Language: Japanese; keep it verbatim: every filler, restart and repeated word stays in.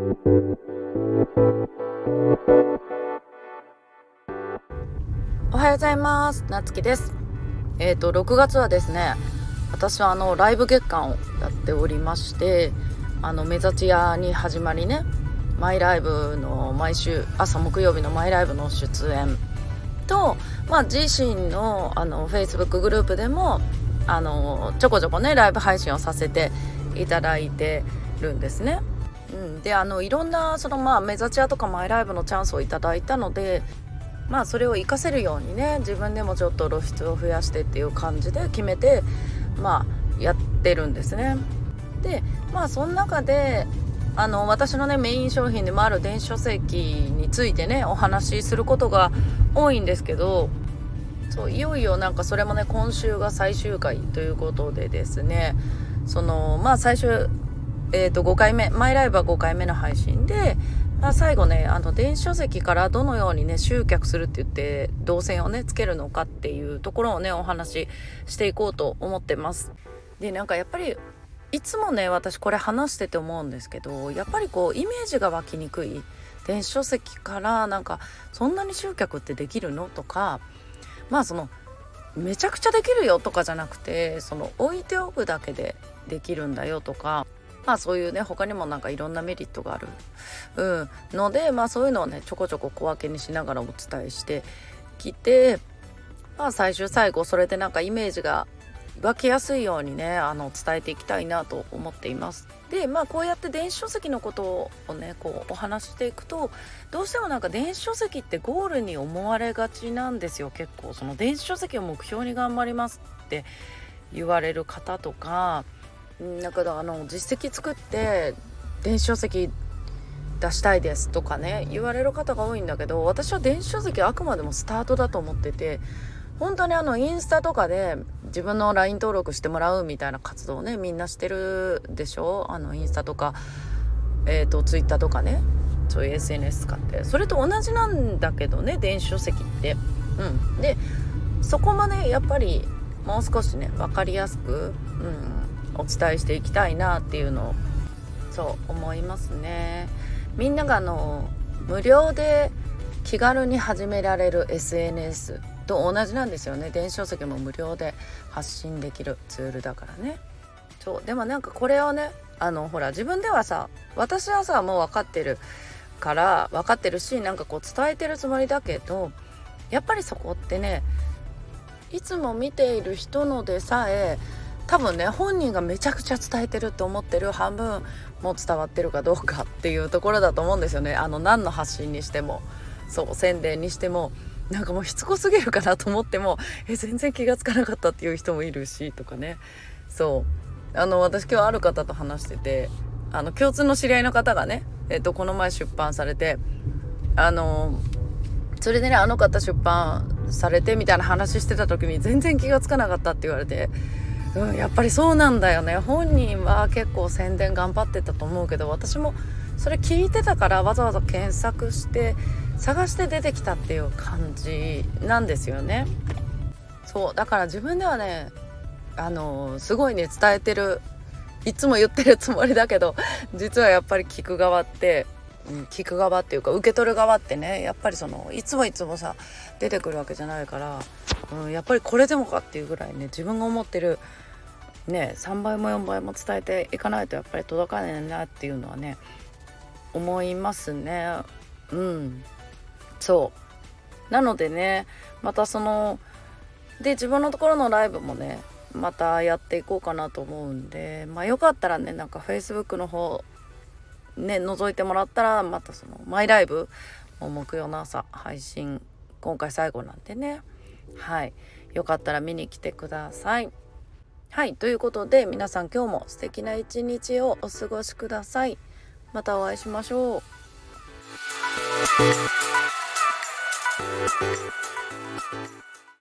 おはようございます。なつきです。えっとろくがつはですね、私はあのライブ月間をやっておりまして、あの目立ち屋に始まりね、マイライブの毎週朝木曜日のマイライブの出演と、まあ、自身のあの Facebook グループでもあのちょこちょこねライブ配信をさせていただいてるんですね。うん、であのいろんなその、まあ、目立ち屋とかマイライブのチャンスをいただいたので、まあそれを活かせるようにね、自分でもちょっと露出を増やしてっていう感じで決めて、まあやってるんですね。でまあその中であの私のねメイン商品でもある電子書籍についてねお話しすることが多いんですけど、そういよいよなんかそれもね今週が最終回ということでですね、そのまあ最終えーとごかいめ、マイライブはごかいめの配信で、まあ、最後ねあの電子書籍からどのようにね集客するって言って動線をねつけるのかっていうところをねお話ししていこうと思ってます。でなんかやっぱりいつもね私これ話してて思うんですけど、やっぱりこうイメージが湧きにくい電子書籍からなんかそんなに集客ってできるのとか、まあそのめちゃくちゃできるよとかじゃなくて、その置いておくだけでできるんだよとか、まあそういうね他にもなんかいろんなメリットがある、うん、ので、まあそういうのをねちょこちょこ小分けにしながらお伝えしてきて、まあ最終最後それでなんかイメージが湧きやすいようにねあの伝えていきたいなと思っています。でまあこうやって電子書籍のことをねこうお話ししていくと、どうしてもなんか電子書籍ってゴールに思われがちなんですよ。結構その電子書籍を目標に頑張りますって言われる方とか、だからあの実績作って電子書籍出したいですとかね言われる方が多いんだけど、私は電子書籍はあくまでもスタートだと思ってて、本当にあのインスタとかで自分の ライン 登録してもらうみたいな活動をねみんなしてるでしょ。あのインスタとか、えーと、ツイッターとかね、そういう エスエヌエス 使ってそれと同じなんだけどね電子書籍って、うん、でそこまでやっぱりもう少しね分かりやすく、うん、お伝えしていきたいなっていうのをそう思いますね。みんながあの無料で気軽に始められる エスエヌエス と同じなんですよね。電子書籍も無料で発信できるツールだからね。そうでもなんかこれをねあのほら自分ではさ、私はさもう分かってるから分かってるし、なんかこう伝えてるつもりだけど、やっぱりそこってねいつも見ている人のでさえ多分ね本人がめちゃくちゃ伝えてるって思ってる半分も伝わってるかどうかっていうところだと思うんですよね。あの何の発信にしても、そう宣伝にしても、なんかもうしつこすぎるかなと思ってもえ全然気がつかなかったっていう人もいるしとかね。そうあの私今日ある方と話してて、あの共通の知り合いの方がね、えっと、この前出版されて、あのそれでねあの方出版されてみたいな話してた時に全然気がつかなかったって言われて、うん、やっぱりそうなんだよね。本人は結構宣伝頑張ってたと思うけど、私もそれ聞いてたからわざわざ検索して探して出てきたっていう感じなんですよね。そうだから自分ではねあのすごいね伝えてる、いつも言ってるつもりだけど、実はやっぱり聞く側って、うん、聞く側っていうか受け取る側ってね、やっぱりそのいつもいつもさ出てくるわけじゃないから、うん、やっぱりこれでもかっていうぐらいね自分が思ってるねさんばいもよんばいも伝えていかないとやっぱり届かないなっていうのはね思いますね。うんそうなのでね、またそので自分のところのライブもねまたやっていこうかなと思うんで、まあよかったらねなんか Facebook の方ね覗いてもらったら、またそのマイライブも木曜の朝配信今回最後なんでね、はいよかったら見に来てください。はいということで皆さん今日も素敵な一日をお過ごしください。またお会いしましょう。